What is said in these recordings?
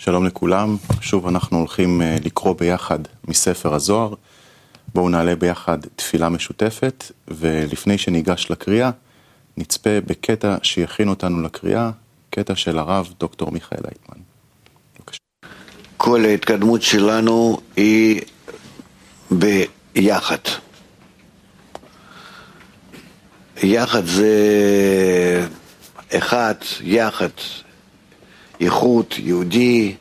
שלום לכולם, שוב אנחנו הולכים לקרוא ביחד מספר הזוהר. בואו נעלה ביחד תפילה משותפת, ולפני שניגש לקריאה, נצפה בקטע שיכין אותנו לקריאה, קטע של הרב דוקטור מיכאל לייטמן. בבקשה. כל ההתקדמות שלנו היא ביחד. יחד זה אחד, יחד, איכות, יהודי,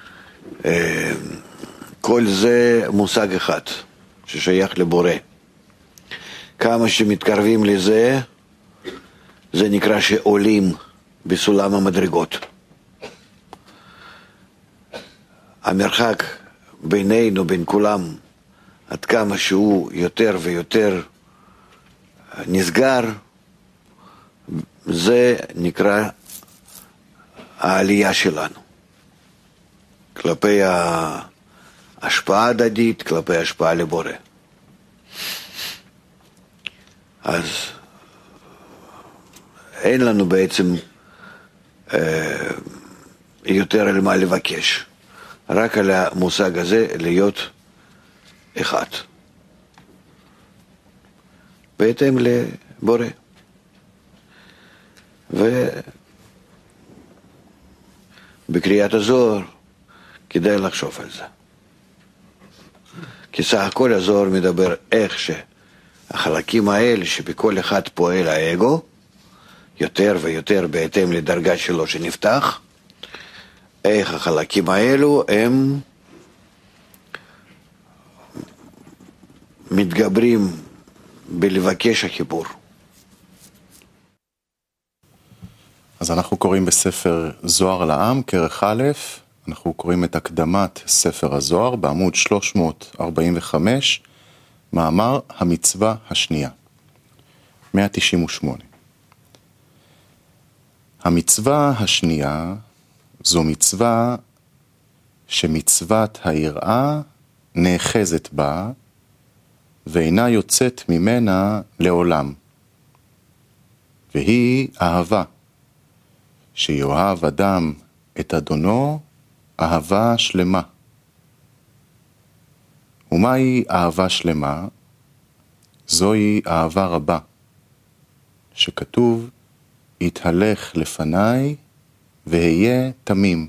כל זה מושג אחד ששייך לבורא. כמה שמתקרבים לזה, זה נקרא שעולים בסולם המדרגות. המרחק בינינו, בין כולם, עד כמה שהוא יותר ויותר נסגר, זה נקרא העלייה שלנו. כלפי ההשפעה הדדית, כלפי ההשפעה לבורא. אז אין לנו בעצם יותר על מה לבקש. רק על המושג הזה להיות אחד. בהתאם לבורא. ובקריאת הזוהר כדאי לחשוב על זה. כי סך הכל הזוהר מדבר איך שהחלקים האלה שבכל אחד פועל האגו, יותר ויותר בהתאם לדרגה שלו שנפתח, איך החלקים האלו הם מתגברים בלבקש החיבור. אז אנחנו קוראים בספר זוהר לעם, כרך א', אנחנו קוראים את הקדמת ספר הזוהר בעמוד 345, מאמר המצווה השנייה, 198. המצווה השנייה זו מצווה שמצוות היראה נאחזת בה ואינה יוצאת ממנה לעולם, והיא אהבה, שיאהב אדם את אדונו אהבה שלמה. ומהי אהבה שלמה? זוהי אהבה רבה, שכתוב יתהלך לפניי והיה תמים.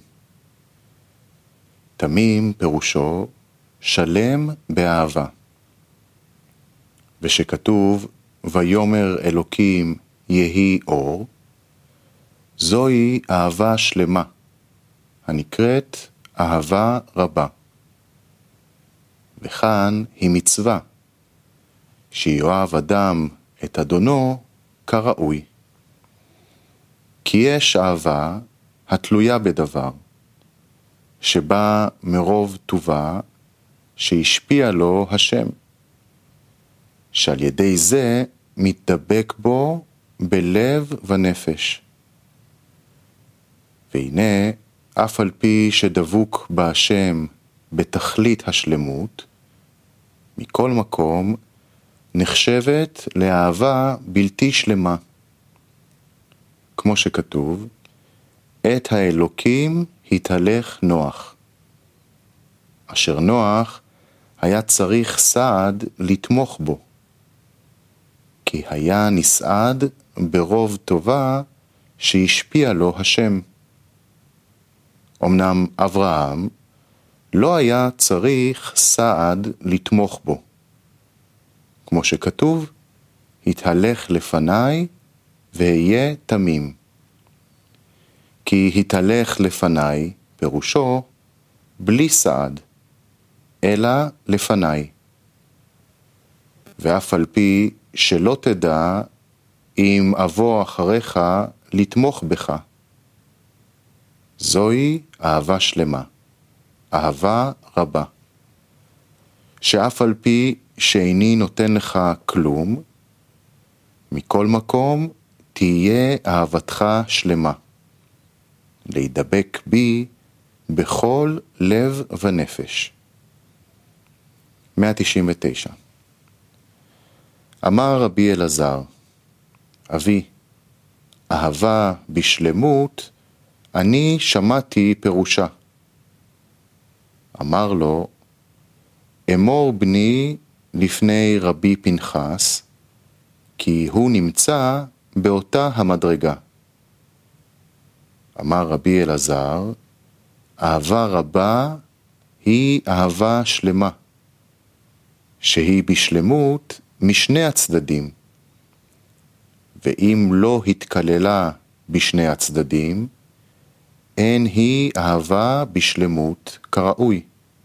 תמים פירושו שלם באהבה. ושכתוב ויאמר אלוקים יהי אור, זוהי אהבה שלמה, הנקראת אהבה רבה. וכאן היא מצווה, שיאהב אדם את אדונו כראוי. כי יש אהבה התלויה בדבר, שבא מרוב טובה שהשפיע לו השם, שעל ידי זה מתדבק בו בלב ונפש. והנה, אף על פי שדבוק בהשם בתכלית השלמות, מכל מקום נחשבת לאהבה בלתי שלמה. כמו שכתוב, את האלוקים התהלך נוח. אשר נוח היה צריך סעד לתמוך בו, כי היה נסעד ברוב טובה שהשפיע לו השם. אמנם אברהם לא היה צריך סעד לתמוך בו. כמו שכתוב, התהלך לפניי והיה תמים. כי התהלך לפניי פירושו בלי סעד, אלא לפניי. ואף על פי שלא תדע אם אבוא אחריך לתמוך בך. זוהי אהבה שלמה, אהבה רבה, שאף על פי שאיני נותן לך כלום, מכל מקום תהיה אהבתך שלמה, להידבק בי בכל לב ונפש. 199. אמר רבי אלעזר, אבי, אהבה בשלמות, אני שמעתי פירושה, אמר לו, אמור בני לפני רבי פנחס, כי הוא נמצא באותה המדרגה. אמר רבי אלעזר, אהבה רבה היא אהבה שלמה, שהיא בשלמות משני הצדדים, ואם לא התקללה בשני הצדדים, אין היא אהבה בשלמות כראוי.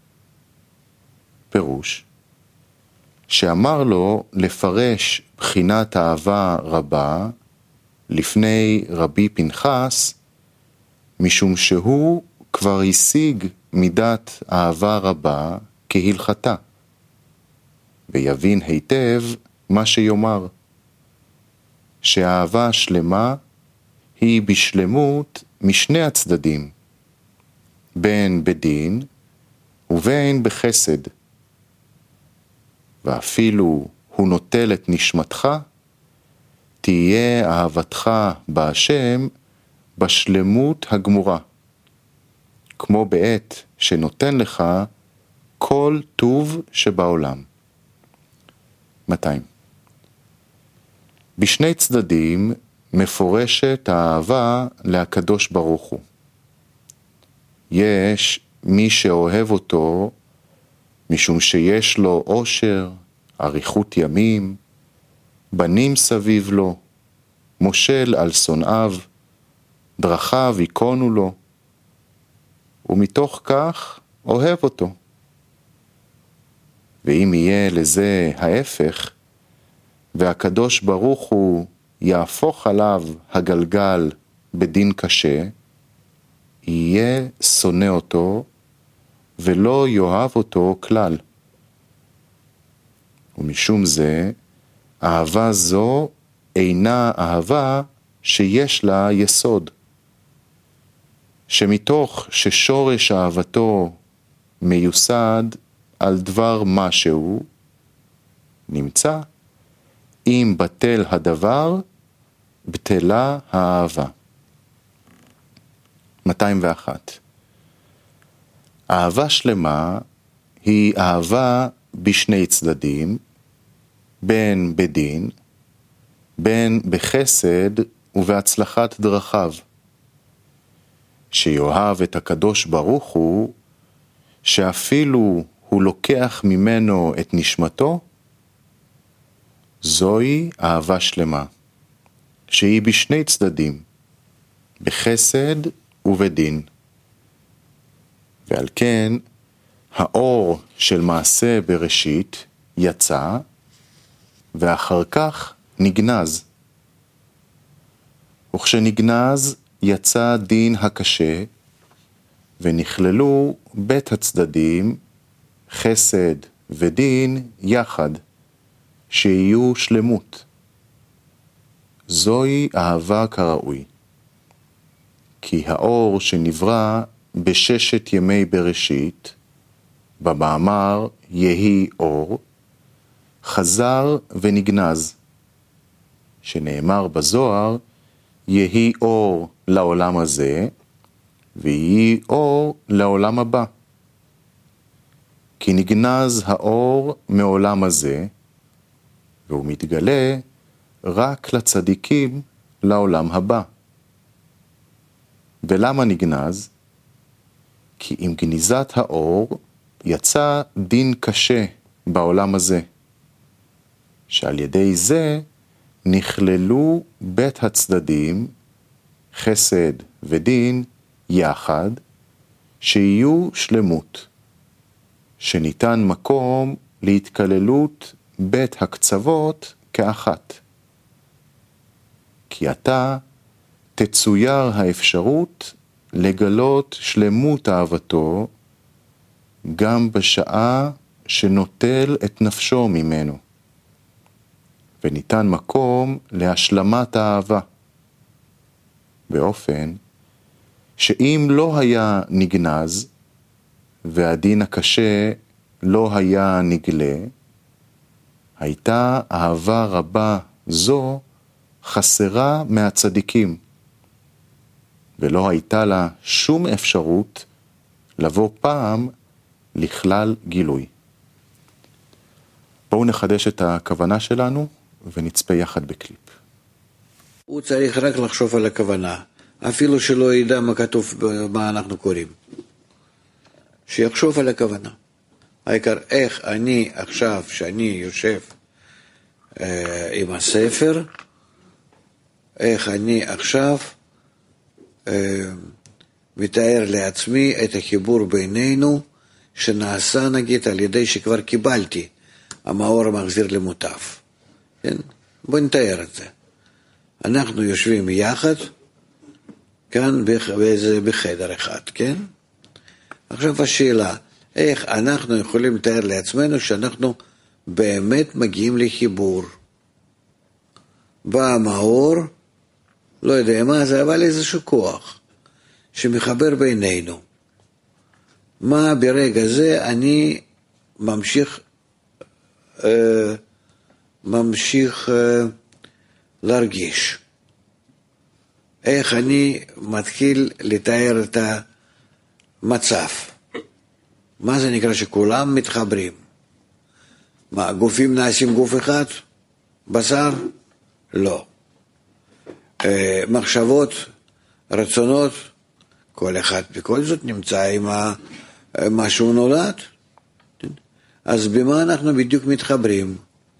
פירוש, שאמר לו לפרש בחינת אהבה רבה לפני רבי פנחס, משום שהוא כבר השיג מידת אהבה רבה כהלכתה, ויבין היטב מה שיאמר, שהאהבה השלמה היא בשלמות משני הצדדים, בין בדין ובין בחסד, ואפילו הוא נוטל את נשמתך, תהיה אהבתך בהשם בשלמות הגמורה, כמו בעת שנותן לך כל טוב שבעולם. 200. בשני צדדים מפורשת האהבה להקדוש ברוך הוא. יש מי שאוהב אותו משום שיש לו עושר, אריכות ימים, בנים סביב לו, מושל על שונאיו, דרכיו יקונו לו, ומתוך כך אוהב אותו. ואם יהיה לזה ההפך, והקדוש ברוך הוא יהפוך עליו הגלגל בדין קשה, יהיה שונא אותו ולא יאהב אותו כלל. ומשום זה, אהבה זו אינה אהבה שיש לה יסוד, שמתוך ששורש אהבתו מיוסד על דבר משהו, נמצא, אם בטל הדבר, בטלה האהבה. 201. אהבה שלמה היא אהבה בשני צדדים, בין בדין, בין בחסד ובהצלחת דרכיו. שיאהב את הקדוש ברוך הוא, שאפילו הוא לוקח ממנו את נשמתו, זוהי אהבה שלמה, שהיא בשני צדדים, בחסד ובדין. ועל כן, האור של מעשה בראשית יצא, ואחר כך נגנז. וכשנגנז יצא דין הקשה, ונכללו בית הצדדים, חסד ודין יחד, שיהיו שלמות. זוהי אהבה כראוי. כי האור שנברא בששת ימי בראשית, במאמר יהי אור, חזר ונגנז, שנאמר בזוהר, יהי אור לעולם הזה, ויהי אור לעולם הבא. כי נגנז האור מעולם הזה, והוא מתגלה רק לצדיקים לעולם הבא. ולמה נגנז? כי עם גניזת האור יצא דין קשה בעולם הזה, שעל ידי זה נכללו בית הצדדים, חסד ודין יחד, שיהיו שלמות, שניתן מקום להתקללות בית הקצוות כאחת. כי עתה תצויר האפשרות לגלות שלמות אהבתו גם בשעה שנוטל את נפשו ממנו, וניתן מקום להשלמת האהבה, באופן שאם לא היה נגנז והדין הקשה לא היה נגלה, הייתה אהבה רבה זו חסרה מהצדיקים, ולא הייתה לה שום אפשרות לבוא פעם לכלל גילוי. בואו נחדש את הכוונה שלנו ונצפה יחד בקליפ. הוא צריך רק לחשוב על הכוונה, אפילו שלא ידע מה כתוב, מה אנחנו קוראים. שיחשוב על הכוונה. העיקר איך אני עכשיו, שאני יושב עם הספר, איך אני עכשיו מתאר לעצמי את החיבור בינינו, שנעשה נגיד על ידי שכבר קיבלתי, המאור מחזיר למוטב. כן? בוא נתאר את זה. אנחנו יושבים יחד, כאן בחדר אחד, כן? עכשיו השאלה, איך אנחנו יכולים לתאר לעצמנו שאנחנו באמת מגיעים לחיבור? בא המאור, לא יודע מה זה, אבל איזשהו כוח שמחבר בינינו. מה ברגע זה אני ממשיך להרגיש? איך אני מתחיל לתאר את המצב? מה זה נקרא שכולם מתחברים? מה, גופים נעשים גוף אחד? בשר? לא. מחשבות, רצונות, כל אחד בכל זאת נמצא עם מה שהוא נולד. אז במה אנחנו בדיוק מתחברים?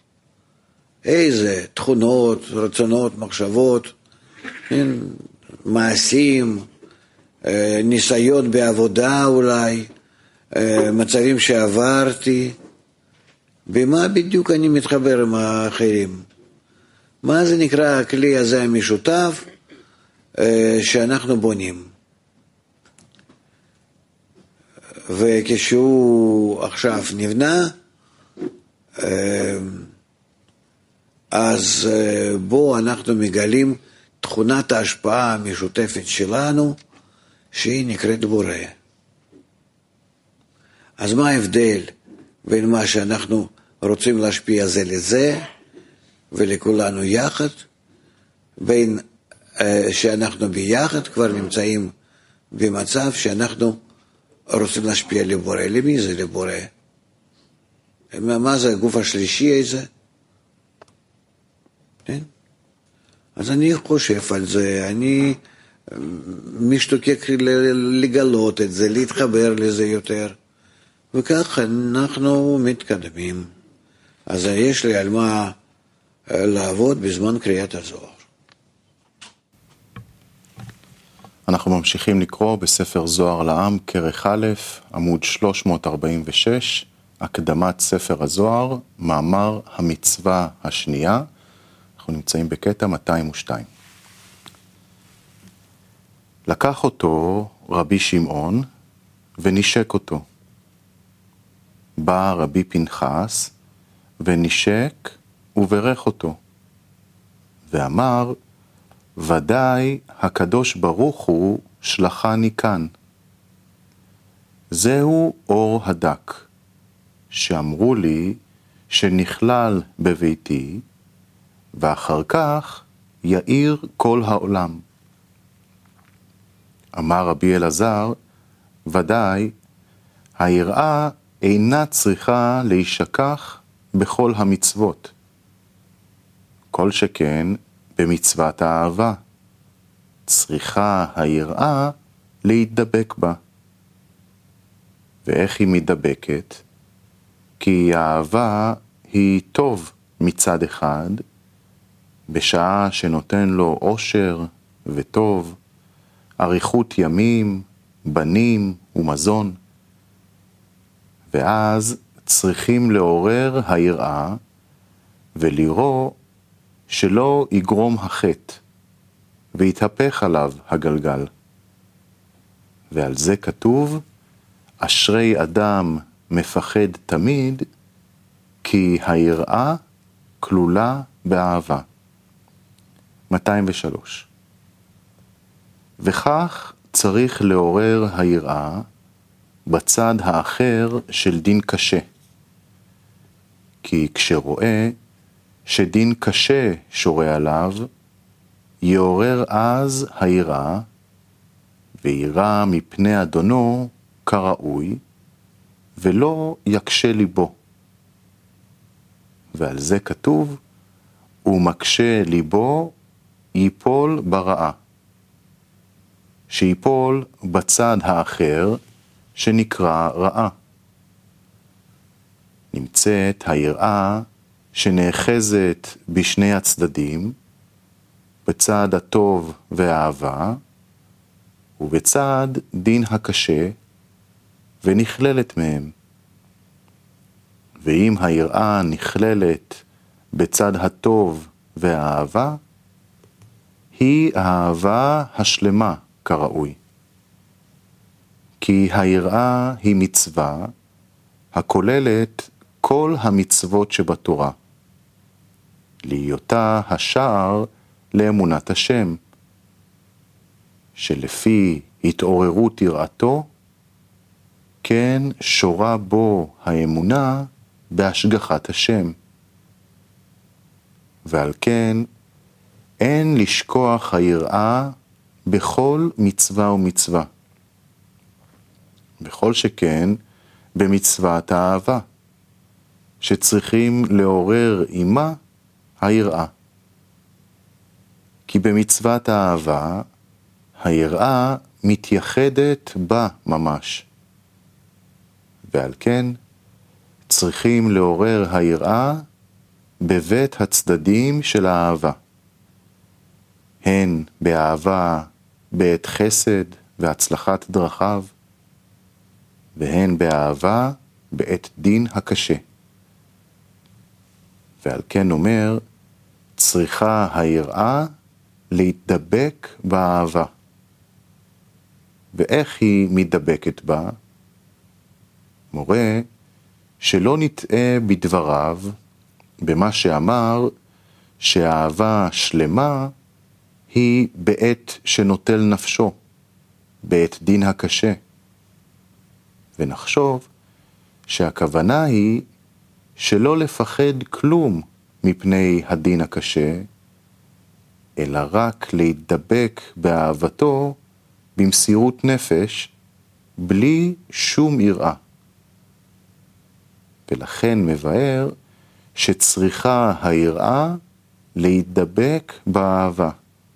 איזה תכונות, רצונות, מחשבות, מעשים, ניסיון בעבודה אולי, מצבים שעברתי, במה בדיוק אני מתחבר עם האחרים? מה זה נקרא הכלי הזה המשותף שאנחנו בונים? וכשהוא עכשיו נבנה, אז בו אנחנו מגלים תכונת ההשפעה המשותפת שלנו, שהיא נקראת בורא. אז מה ההבדל בין מה שאנחנו רוצים להשפיע זה לזה, ולכולנו יחד, בין שאנחנו ביחד כבר נמצאים במצב שאנחנו רוצים להשפיע לבורא? למי זה לבורא? מה זה הגוף השלישי הזה? כן? אז אני חושב על זה, אני משתוקק לגלות את זה, להתחבר לזה יותר, וכך אנחנו מתקדמים. אז יש לי על מה לעבוד בזמן קריאת הזוהר. אנחנו ממשיכים לקרוא בספר זוהר לעם, כרך א', עמוד 346, הקדמת ספר הזוהר, מאמר המצווה השנייה. אנחנו נמצאים בקטע 202. לקח אותו רבי שמעון ונשק אותו. בא רבי פנחס ונשק וברך אותו. ואמר, ודאי הקדוש ברוך הוא שלחני כאן. זהו אור הדק, שאמרו לי שנכלל בביתי, ואחר כך יאיר כל העולם. אמר רבי אלעזר, ודאי, היראה אינה צריכה להישכח בכל המצוות. כל שכן במצוות האהבה. צריכה היראה להתדבק בה. ואיך היא מתדבקת? כי האהבה היא טוב מצד אחד, בשעה שנותן לו אושר וטוב, אריכות ימים, בנים ומזון. ואז צריכים לעורר היראה ולראות שלא יגרום החטא ויתהפך עליו הגלגל. ועל זה כתוב, אשרי אדם מפחד תמיד, כי היראה כלולה באהבה. 203. וכך צריך לעורר היראה בצד האחר של דין קשה. כי כשרואה שדין קשה שורה עליו, יעורר אז היראה, וירא מפני אדונו כראוי, ולא יקשה ליבו. ועל זה כתוב, ומקשה ליבו ייפול ברעה. שיפול בצד האחר שנקרא רעה. נמצאת היראה שנאחזת בשני הצדדים, בצד הטוב והאהבה, ובצד דין הקשה, ונכללת מהם. ואם היראה נכללת בצד הטוב והאהבה, היא האהבה השלמה כראוי. כי היראה היא מצווה הכוללת כל המצוות שבתורה, להיותה השער לאמונת השם, שלפי התעוררות יראתו, כן שורה בו האמונה בהשגחת השם. ועל כן אין לשכוח היראה בכל מצווה ומצווה. בכל שכן במצוות האהבה, שצריכים לעורר עמה היראה. כי במצוות האהבה, היראה מתייחדת בה ממש. ועל כן צריכים לעורר היראה בבית הצדדים של האהבה. הן באהבה בעת חסד והצלחת דרכיו, והן באהבה בעת דין הקשה. ועל כן אומר, צריכה היראה להתדבק באהבה. ואיך היא מתדבקת בה? מורה שלא נטעה בדבריו, במה שאמר שהאהבה שלמה היא בעת שנוטל נפשו, בעת דין הקשה. ונחשוב שהכוונה היא שלא לפחד כלום מפני הדין הקשה, אלא רק להתדבק באהבתו במסירות נפש, בלי שום יראה. ולכן מבאר שצריכה היראה להתדבק באהבה.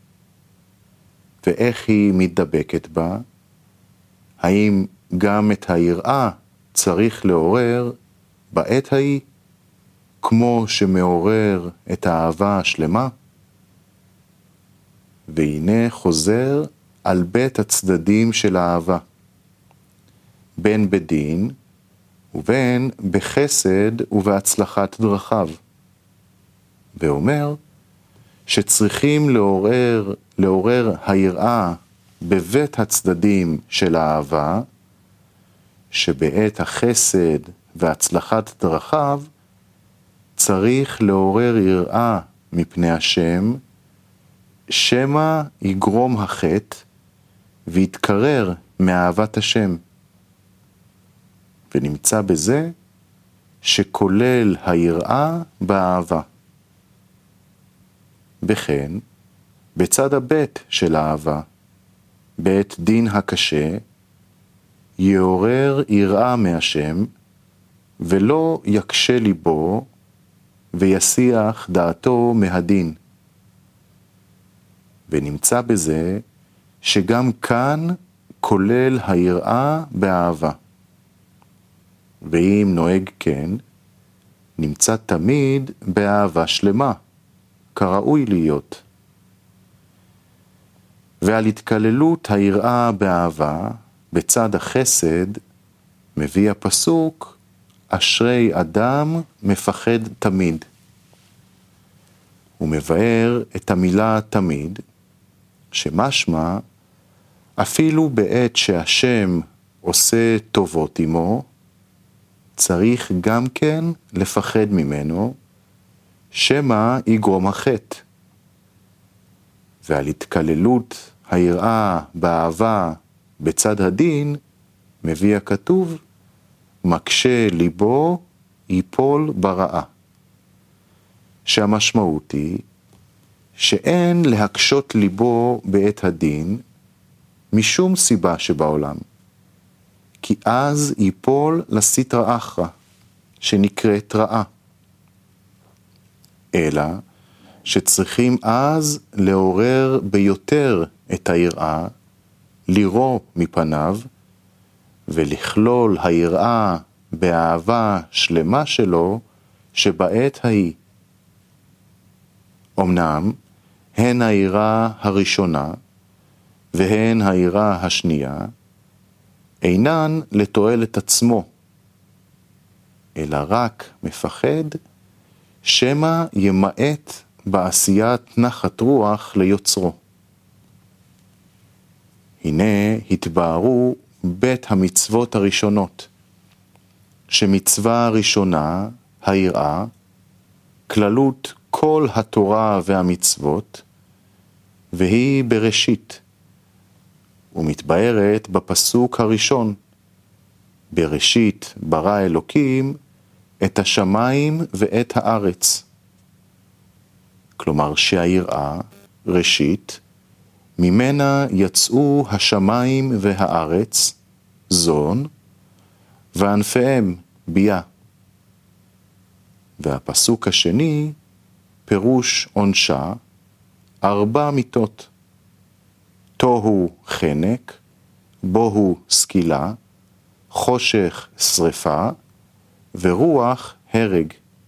ואיך היא מתדבקת בה? האם גם את היראה צריך לעורר בעת ההיא, כמו שמעורר את האהבה השלמה? והנה חוזר על בית הצדדים של האהבה, בין בדין ובין בחסד ובהצלחת דרכיו. ואומר שצריכים לעורר היראה בבית הצדדים של האהבה, שבעת החסד והצלחת דרכיו צריך לעורר יראה מפני השם, שמא יגרום החטא ויתקרר מאהבת השם. ונמצא בזה שכולל היראה באהבה. וכן, בצד הבית של האהבה, בעת דין הקשה, יעורר יראה מהשם, ולא יקשה ליבו, ויסיח דעתו מהדין. ונמצא בזה שגם כאן כולל היראה באהבה. ואם נוהג כן, נמצא תמיד באהבה שלמה, כראוי להיות. ועל התקללות היראה באהבה, בצד החסד, מביא הפסוק, אשרי אדם מפחד תמיד. הוא מבאר את המילה תמיד, שמשמע אפילו בעת שהשם עושה טובות עמו, צריך גם כן לפחד ממנו, שמא יגרום החטא. ועל התקללות היראה באהבה בצד הדין, מביא הכתוב, מקשה ליבו ייפול ברעה. שהמשמעות היא שאין להקשות ליבו בעת הדין משום סיבה שבעולם. כי אז ייפול לסטרא אחרא, שנקראת רעה. אלא שצריכים אז לעורר ביותר את היראה, לירוא מפניו, ולכלול היראה באהבה שלמה שלו שבעת ההיא. אמנם, הן היראה הראשונה והן היראה השנייה, אינן לתועלת עצמו, אלא רק מפחד שמא ימעט בעשיית נחת רוח ליוצרו. הנה התבהרו בית המצוות הראשונות, שמצווה הראשונה, היראה, כללות כל התורה והמצוות, והיא בראשית, ומתבהרת בפסוק הראשון, בראשית ברא אלוקים את השמיים ואת הארץ. כלומר שהיראה, ראשית, ממנה יצאו השמיים והארץ, זון, וענפיהם, ביה. והפסוק השני, פירוש עונשה, 4 מיתות. תוהו חנק, בוהו סקילה, חושך שריפה, ורוח הרג.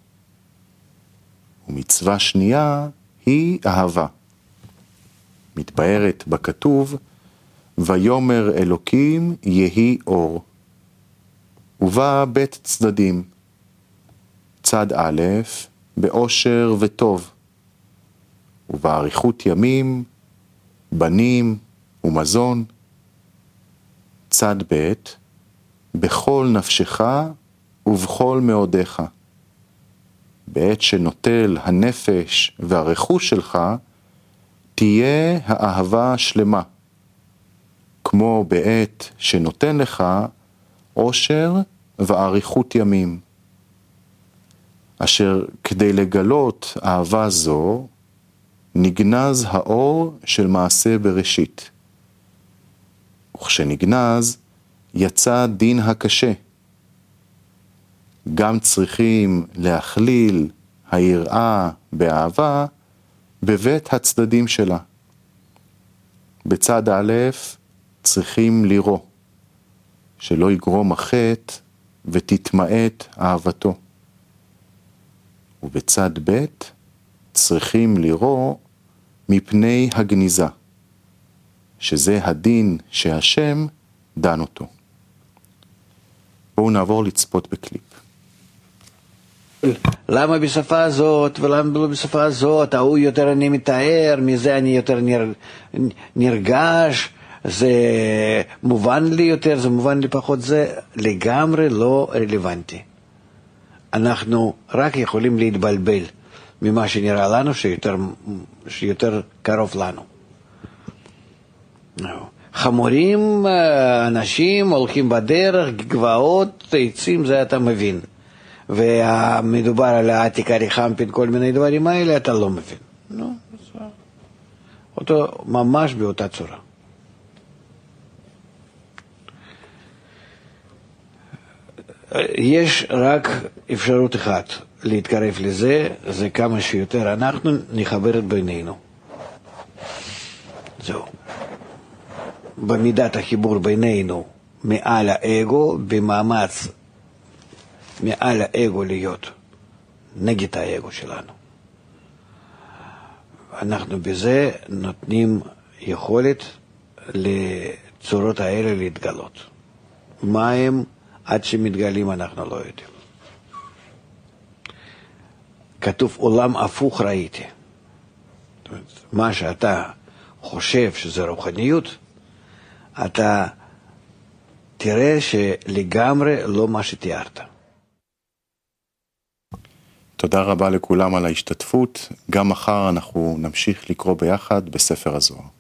ומצווה שנייה היא אהבה. מתבהרת בכתוב, ויאמר אלוקים יהי אור. ובה בית צדדים. צד א', באושר וטוב, ובאריכות ימים, בנים ומזון. צד ב', בכל נפשך ובכל מאודיך. בעת שנוטל הנפש והרכוש שלך, תהיה האהבה שלמה, כמו בעת שנותן לך עושר ואריכות ימים. אשר כדי לגלות אהבה זו, נגנז האור של מעשה בראשית. וכשנגנז, יצא דין הקשה. גם צריכים להכליל היראה באהבה בבית הצדדים שלה. בצד א' צריכים לירוא, שלא יגרום החטא ותתמעט אהבתו. ובצד ב' צריכים לירוא מפני הגניזה, שזה הדין שהשם דן אותו. בואו נעבור לצפות בקליפ. למה בשפה הזאת ולמה לא בשפה הזאת? ההוא יותר אני מתאר, מזה אני יותר נרגש, זה מובן לי יותר, זה מובן לי פחות, זה לגמרי לא רלוונטי. אנחנו רק יכולים להתבלבל ממה שנראה לנו שיותר קרוב לנו. חמורים, אנשים הולכים בדרך, גבעות, עצים, זה אתה מבין. ומדובר על העתיקה ריחמפין, כל מיני דברים האלה, אתה לא מבין. אותו ממש באותה צורה. יש רק אפשרות אחת להתקרב לזה, זה כמה שיותר אנחנו נחבר את בינינו. זהו. במידת החיבור בינינו מעל האגו, במאמץ מעל האגו להיות נגד האגו שלנו. אנחנו בזה נותנים יכולת לצורות האלה להתגלות. מה הם עד שמתגלים אנחנו לא יודעים. כתוב עולם הפוך ראיתי. מה שאתה חושב שזה רוחניות, אתה תראה שלגמרי לא מה שתיארת. תודה רבה לכולם על ההשתתפות. גם מחר אנחנו נמשיך לקרוא ביחד בספר הזוהר.